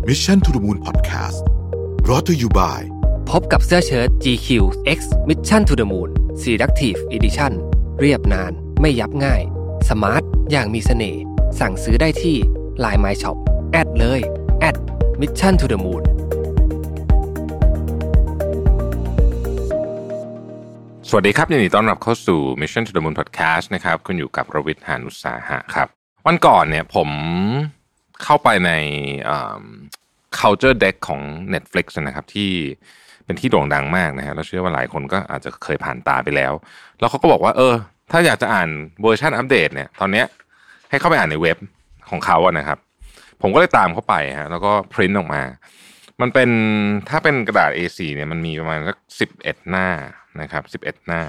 Mission to the Moon Podcast brought to you by พบกับเสื้อเชิ้ต GQ X Mission to the Moon Selective Edition เรียบนานไม่ยับง่ายสมาร์ทอย่างมีเสน่ห์สั่งซื้อได้ที่ LINE My Shop แอดเลย @Mission to the Moon สวัสดีครับยินดีต้อนรับเข้าสู่ Mission to the Moon Podcast นะครับคุณอยู่กับรวิทย์ หาญอุตสาหะครับวันก่อนเนี่ยผมเข้าไปในCulture Deck ของ Netflix นะครับที่เป็นที่โด่งดังมากนะฮะแล้วเชื่อว่าหลายคนก็อาจจะเคยผ่านตาไปแล้วแล้วเขาก็บอกว่าถ้าอยากจะอ่านเวอร์ชันอัปเดตเนี่ยตอนนี้ให้เข้าไปอ่านในเว็บของเขาอะนะครับผมก็เลยตามเข้าไปฮะแล้วก็พริ้นท์ออกมามันเป็นถ้าเป็นกระดาษ A4 เนี่ยมันมีประมาณสัก11หน้านะครับ11หน้า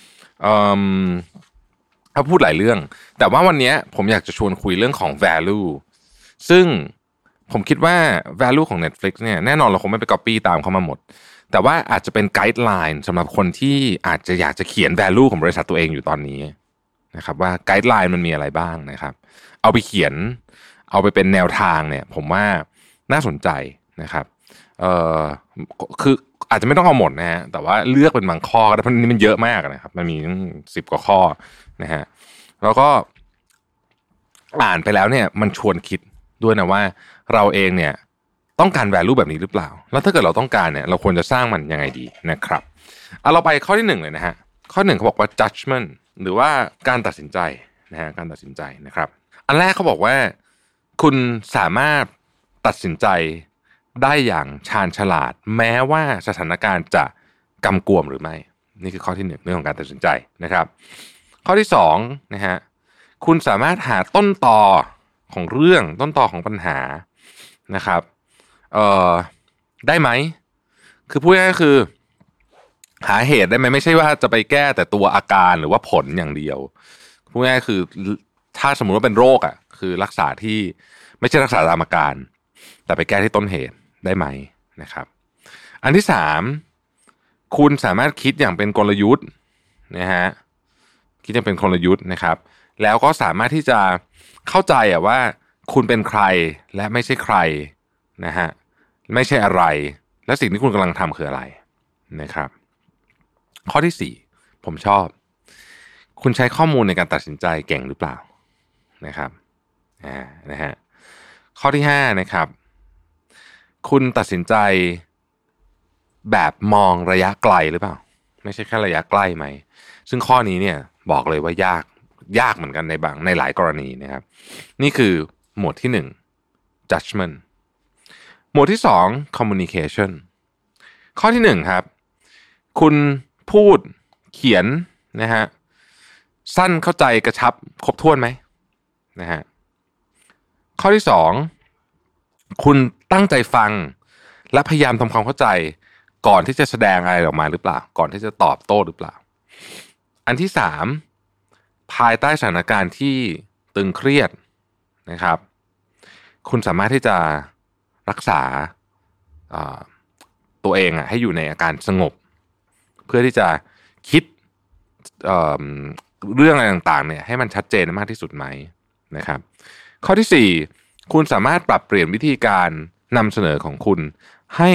ถ้าพูดหลายเรื่องแต่ว่าวันนี้ผมอยากจะชวนคุยเรื่องของ value ซึ่งผมคิดว่า value ของ Netflix เนี่ยแน่นอนเราคงไม่ไป copy ตามเขามาหมดแต่ว่าอาจจะเป็น guideline สำหรับคนที่อาจจะอยากจะเขียน value ของบริษัทตัวเองอยู่ตอนนี้นะครับว่า guideline มันมีอะไรบ้างนะครับเอาไปเขียนเอาไปเป็นแนวทางเนี่ยผมว่าน่าสนใจนะครับคืออาจจะไม่ต้องเอาหมดนะฮะแต่ว่าเลือกเป็นบางข้อก็ได้เพราะนี่มันเยอะมากนะครับมันมี10 กว่าข้อนะฮะแล้วก็อ่านไปแล้วเนี่ยมันชวนคิดด้วยนะว่าเราเองเนี่ยต้องการ value แบบนี้หรือเปล่าแล้วถ้าเกิดเราต้องการเนี่ยเราควรจะสร้างมันยังไงดีนะครับเราไปข้อที่1เลยนะฮะข้อ1เขาบอกว่า judgment หรือว่าการตัดสินใจนะฮะการตัดสินใจนะครับอันแรกเขาบอกว่าคุณสามารถตัดสินใจได้อย่างชาญฉลาดแม้ว่าสถานการณ์จะกำกวมหรือไม่นี่คือข้อที่1เรื่องของการตัดสินใจนะครับข้อที่2นะฮะคุณสามารถหาต้นตอของเรื่องต้นตอของปัญหานะครับได้ไหมคือพูดง่ายๆคือหาเหตุได้ไหมไม่ใช่ว่าจะไปแก้แต่ตัวอาการหรือว่าผลอย่างเดียวพูดง่ายๆคือถ้าสมมุติว่าเป็นโรคคือรักษาที่ไม่ใช่รักษาตามอาการแต่ไปแก้ที่ต้นเหตุได้ไหมนะครับอันที่3คุณสามารถคิดอย่างเป็นกลยุทธ์นะฮะคิดอย่างเป็นกลยุทธ์นะครับแล้วก็สามารถที่จะเข้าใจว่าคุณเป็นใครและไม่ใช่ใครนะฮะไม่ใช่อะไรและสิ่งที่คุณกำลังทำคืออะไรนะครับข้อที่4ผมชอบคุณใช้ข้อมูลในการตัดสินใจเก่งหรือเปล่านะครับนะฮะข้อที่5นะครับคุณตัดสินใจแบบมองระยะไกลหรือเปล่าไม่ใช่แค่ระยะใกล้ไหมซึ่งข้อนี้เนี่ยบอกเลยว่ายากเหมือนกันในหลายกรณีนะครับนี่คือหมวดที่1 judgment หมวดที่2 communication ข้อที่1ครับคุณพูดเขียนนะฮะสั้นเข้าใจกระชับครบถ้วนไหมนะฮะข้อที่2คุณตั้งใจฟังและพยายามทำความเข้าใจก่อนที่จะแสดงอะไรออกมาหรือเปล่าก่อนที่จะตอบโต้หรือเปล่าอันที่3ภายใต้สถานการณ์ที่ตึงเครียดนะครับคุณสามารถที่จะรักษาตัวเองให้อยู่ในอาการสงบเพื่อที่จะคิดเรื่องอะไรต่างๆเนี่ยให้มันชัดเจนมากที่สุดไหมนะครับข้อที่4คุณสามารถปรับเปลี่ยนวิธีการนำเสนอของคุณให้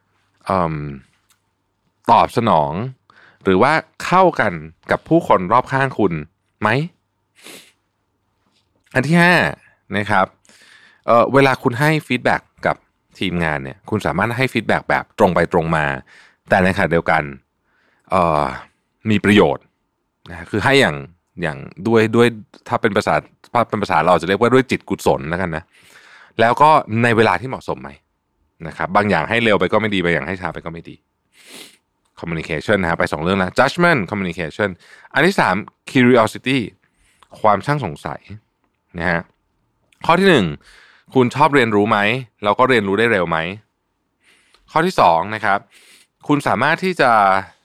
ตอบสนองหรือว่าเข้ากันกับผู้คนรอบข้างคุณไหมอันที่5นะครับเวลาคุณให้ฟีดแบ็กกับทีมงานเนี่ยคุณสามารถให้ฟีดแบ็กแบบตรงไปตรงมาแต่ในขณะเดียวกันมีประโยชน์นะคือให้อย่างด้วยถ้าเป็นภาษาเราจะเรียกว่าด้วยจิตกุศลแล้วกันนะแล้วก็ในเวลาที่เหมาะสมไหมนะครับบางอย่างให้เร็วไปก็ไม่ดีบางอย่างให้ช้าไปก็ไม่ดี communication นะฮะไป2เรื่องแล้ว judgment communication อันที่3 curiosity ความช่างสงสัยนะฮะข้อที่1คุณชอบเรียนรู้ไหมแล้วก็เรียนรู้ได้เร็วไหมข้อที่2นะครับคุณสามารถที่จะ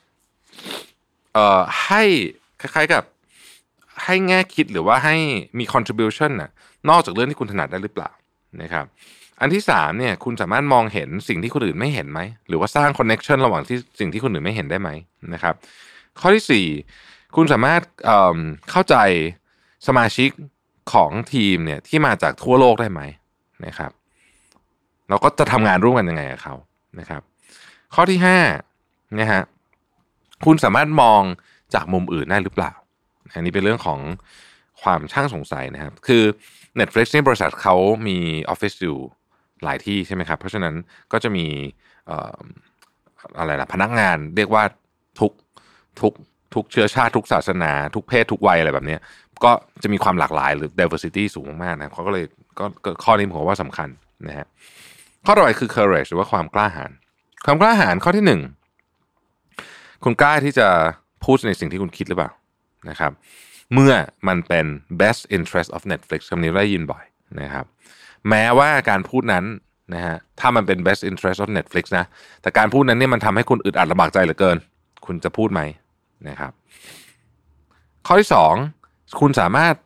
ให้คล้ายๆกับให้แง่คิดหรือว่าให้มี contribution นอกจากเรื่องที่คุณถนัดได้หรือเปล่านะครับอันที่3เนี่ยคุณสามารถมองเห็นสิ่งที่คนอื่นไม่เห็นไหมหรือว่าสร้าง connection ระหว่างที่สิ่งที่คนอื่นไม่เห็นได้ไหมนะครับข้อที่4คุณสามารถเข้าใจสมาชิกของทีมเนี่ยที่มาจากทั่วโลกได้ไหมนะครับเราก็จะทำงานร่วมกันยังไงกับเขานะครับข้อที่5นะฮะคุณสามารถมองจากมุมอื่นได้หรือเปล่าอันนี้เป็นเรื่องของความช่างสงสัยนะครับคือ Netflix นี่บริษัทเขามีออฟฟิศอยู่หลายที่ใช่ไหมครับเพราะฉะนั้นก็จะมีอะไรล่ะพนักงานเรียกว่าทุกเชื้อชาติทุกศาสนาทุกเพศทุกวัยอะไรแบบนี้ก็จะมีความหลากหลายหรือ diversity สูงมากๆนะเขาก็เลยก็ข้อนี้ผมว่าสำคัญนะฮะข้อต่อไปคือ courage หรือว่าความกล้าหาญความกล้าหาญข้อที่1คุณกล้าที่จะพูดในสิ่งที่คุณคิดหรือเปล่านะครับเมื่อมันเป็น best interest of Netflix คำนี้ได้ยินบ่อยนะครับแม้ว่าการพูดนั้นนะฮะถ้ามันเป็น best interest of Netflix นะแต่การพูดนั้นเนี่ยมันทำให้คุณอึดอัดลำบากใจเหลือเกินคุณจะพูดไหมนะครับข้อที่2คุณสามารถ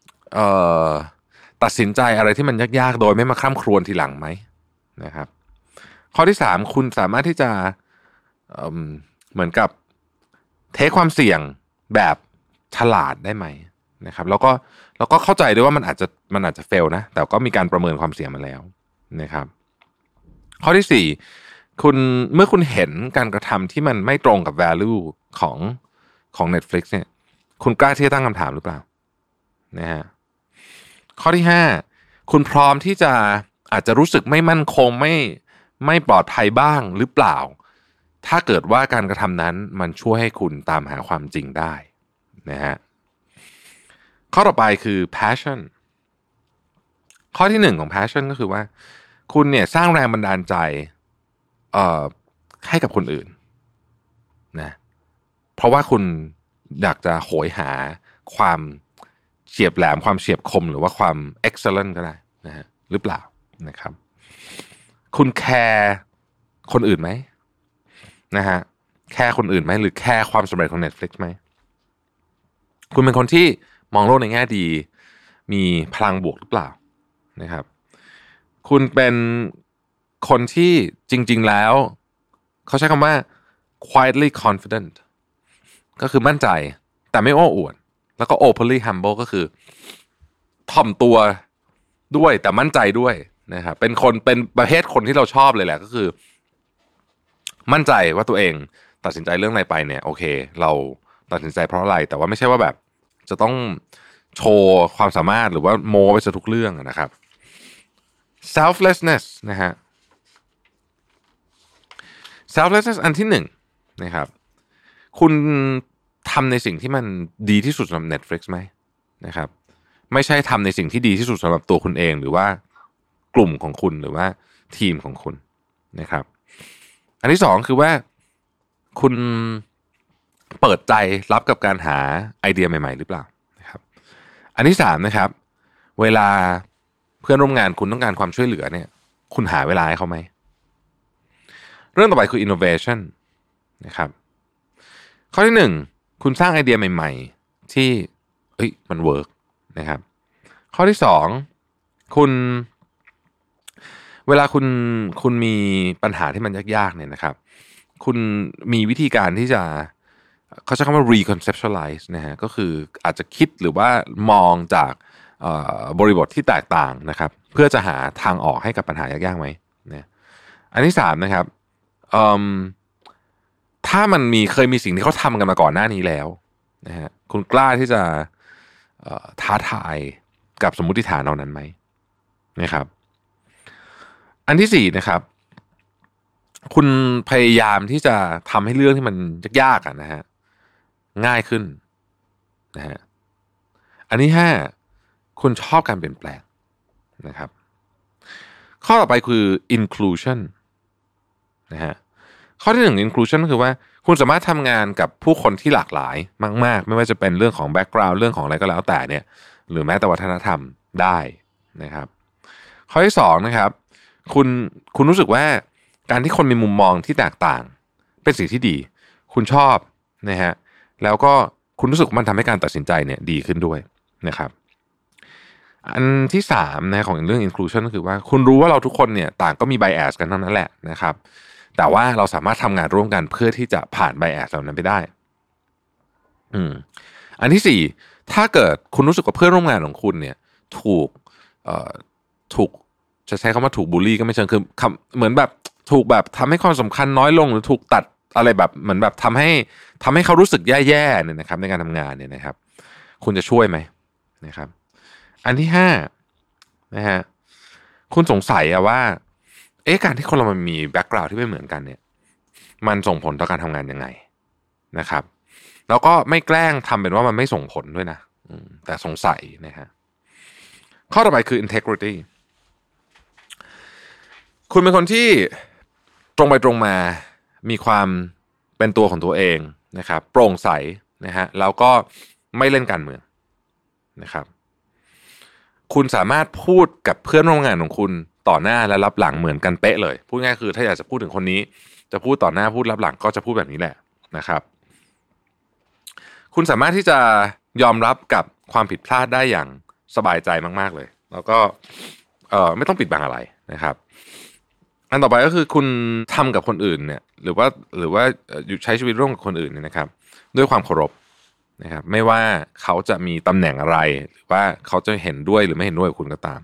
ตัดสินใจอะไรที่มันยากๆโดยไม่มาคร่ำครวญทีหลังไหมนะครับข้อที่3คุณสามารถที่จะเหมือนกับเทคความเสี่ยงแบบฉลาดได้ไหมนะครับแล้วก็เข้าใจด้วยว่ามันอาจจะเฟลนะแต่ก็มีการประเมินความเสี่ยงมาแล้วนะครับข้อที่4เมื่อคุณเห็นการกระทำที่มันไม่ตรงกับ value ของ Netflix เนี่ยคุณกล้าที่จะตั้งคำถามหรือเปล่านะฮะข้อที่5คุณพร้อมที่จะอาจจะรู้สึกไม่มั่นคงไม่ปลอดภัยบ้างหรือเปล่าถ้าเกิดว่าการกระทำนั้นมันช่วยให้คุณตามหาความจริงได้นะฮะข้อต่อไปคือ passion ข้อที่1ของ passion ก็คือว่าคุณเนี่ยสร้างแรงบันดาลใจให้กับคนอื่นนะเพราะว่าคุณอยากจะโหยหาความเฉียบแหลมความเฉียบคมหรือว่าความ excellent ก็ได้นะฮะหรือเปล่านะครับคุณแคร์คนอื่นไหมนะฮะแคร์คนอื่นไหมหรือแคร์ความสำเร็จของ Netflix ไหมคุณเป็นคนที่มองโลกในแง่ดีมีพลังบวกหรือเปล่านะครับคุณเป็นคนที่จริงๆแล้วเขาใช้คำว่า quietly confident ก็คือมั่นใจแต่ไม่โอ้อวดแล้วก็ openly humble ก็คือถ่อมตัวด้วยแต่มั่นใจด้วยนะครับเป็นประเภทคนที่เราชอบเลยแหละก็คือมั่นใจว่าตัวเองตัดสินใจเรื่องอะไรไปเนี่ยโอเคเราตัดสินใจเพราะอะไรแต่ว่าไม่ใช่ว่าแบบจะต้องโชว์ความสามารถหรือว่าโม้ไปซะทุกเรื่องนะครับ selflessness นะฮะ selflessness อันที่1นะครับคุณทำในสิ่งที่มันดีที่สุดสำหรับ Netflix ไหมนะครับไม่ใช่ทำในสิ่งที่ดีที่สุดสำหรับตัวคุณเองหรือว่ากลุ่มของคุณหรือว่าทีมของคุณนะครับอันที่2คือว่าคุณเปิดใจรับกับการหาไอเดียใหม่ๆหรือเปล่านะครับอันที่3นะครับเวลาเพื่อนร่วมงานคุณต้องการความช่วยเหลือเนี่ยคุณหาเวลาให้เขาไหมเรื่องต่อไปคือ innovation นะครับข้อที่1คุณสร้างไอเดียใหม่ๆที่มันเวิร์กนะครับข้อที่2คุณเวลาคุณมีปัญหาที่มันยากๆเนี่ยนะครับคุณมีวิธีการที่จะเขาใช้คำว่า reconceptualize นะฮะก็คืออาจจะคิดหรือว่ามองจากบริบทที่แตกต่างนะครับเพื่อจะหาทางออกให้กับปัญหายากๆไหมนะอันที่3นะครับถ้ามันเคยมีสิ่งที่เขาทำกันมาก่อนหน้านี้แล้วนะฮะคุณกล้าที่จะท้าทายกับสมมุติฐานเหล่านั้นไหมนะครับอันที่4นะครับคุณพยายามที่จะทำให้เรื่องที่มันยากๆนะฮะง่ายขึ้นนะฮะอันที่5คุณชอบการเปลี่ยนแปลงนะครับข้อต่อไปคือ inclusion นะฮะข้อที่1 inclusion ก็คือว่าคุณสามารถทำงานกับผู้คนที่หลากหลายมากๆไม่ว่าจะเป็นเรื่องของ background เรื่องของอะไรก็แล้วแต่เนี่ยหรือแม้แต่วัฒนธรรมได้นะครับข้อที่2นะครับคุณรู้สึกว่าการที่คนมีมุมมองที่แตกต่างเป็นสิ่งที่ดีคุณชอบนะฮะแล้วก็คุณรู้สึกมันทำให้การตัดสินใจเนี่ยดีขึ้นด้วยนะครับอันที่3นะของเรื่อง inclusion ก็คือว่าคุณรู้ว่าเราทุกคนเนี่ยต่างก็มี bias กันทั้งนั้นแหละนะครับแต่ว่าเราสามารถทำงานร่วมกันเพื่อที่จะผ่าน bias เหล่านั้นไปได้อันที่4ถ้าเกิดคุณรู้สึกว่าเพื่อนร่วมงานของคุณเนี่ยถูกจะใช้คำว่าถูกบูลลี่ก็ไม่เชิงคือเหมือนแบบถูกแบบทำให้ความสำคัญน้อยลงหรือถูกตัดอะไรแบบเหมือนแบบทำให้เขารู้สึกแย่ๆเนี่ยนะครับในการทำงานเนี่ยนะครับคุณจะช่วยไหมนะครับอันที่5นะฮะคุณสงสัยว่าการที่คนเรามันมีแบ็คกราวด์ที่ไม่เหมือนกันเนี่ยมันส่งผลต่อการทำงานยังไงนะครับแล้วก็ไม่แกล้งทำเป็นว่ามันไม่ส่งผลด้วยนะแต่สงสัยนะฮะข้อต่อไปคือ integrity คุณเป็นคนที่ตรงไปตรงมามีความเป็นตัวของตัวเองนะครับโปร่งใสนะฮะแล้วก็ไม่เล่นการเมืองนะครับคุณสามารถพูดกับเพื่อนร่วมงานของคุณต่อหน้าและรับหลังเหมือนกันเป๊ะเลยพูดง่ายคือถ้าอยากจะพูดถึงคนนี้จะพูดต่อหน้าพูดรับหลังก็จะพูดแบบนี้แหละนะครับคุณสามารถที่จะยอมรับกับความผิดพลาดได้อย่างสบายใจมากๆเลยแล้วก็ไม่ต้องปิดบังอะไรนะครับอันต่อไปก็คือคุณทำกับคนอื่นเนี่ยหรือว่าอยู่ใช้ชีวิตร่วมกับคนอื่นเนี่ยนะครับด้วยความเคารพนะครับไม่ว่าเขาจะมีตำแหน่งอะไรหรือว่าเขาจะเห็นด้วยหรือไม่เห็นด้วยกับคุณก็ตาม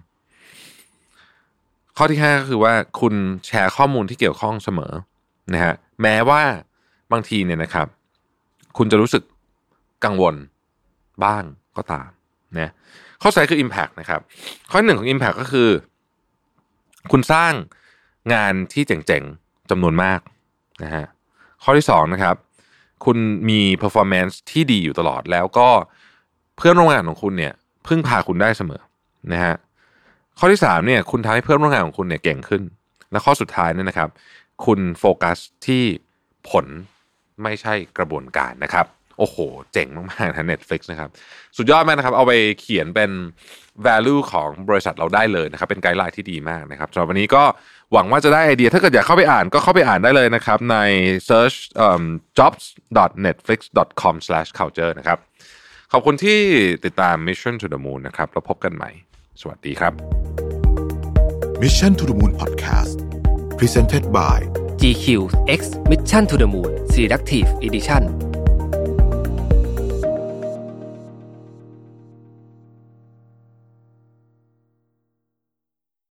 ข้อที่5ก็คือว่าคุณแชร์ข้อมูลที่เกี่ยวข้องเสมอนะฮะแม้ว่าบางทีเนี่ยนะครับคุณจะรู้สึกกังวลบ้างก็ตามนะข้อ2คือ impact นะครับข้อ1ของ impact ก็คือคุณสร้างงานที่เจ๋งๆจำนวนมากนะฮะข้อที่2นะครับคุณมี performance ที่ดีอยู่ตลอดแล้วก็เพื่อนร่วมงานของคุณเนี่ยพึ่งพาคุณได้เสมอนะฮะข้อที่3เนี่ยคุณทำให้เพื่อนร่วมงานของคุณเนี่ยเก่งขึ้นและข้อสุดท้ายเนี่ยนะครับคุณโฟกัสที่ผลไม่ใช่กระบวนการนะครับโอ้โหเจ๋งมากๆนะ Netflix นะครับสุดยอดมากนะครับเอาไปเขียนเป็น value ของบริษัทเราได้เลยนะครับเป็นไกด์ไลน์ที่ดีมากนะครับสำหรับวันนี้ก็หวังว่าจะได้ไอเดียถ้าเกิดอยากเข้าไปอ่านก็เข้าไปอ่านได้เลยนะครับใน search jobs.netflix.com/culture นะครับขอบคุณที่ติดตาม Mission to the Moon นะครับแล้วพบกันใหม่สวัสดีครับ Mission to the Moon Podcast Presented by GQ X Mission to the Moon Selective Edition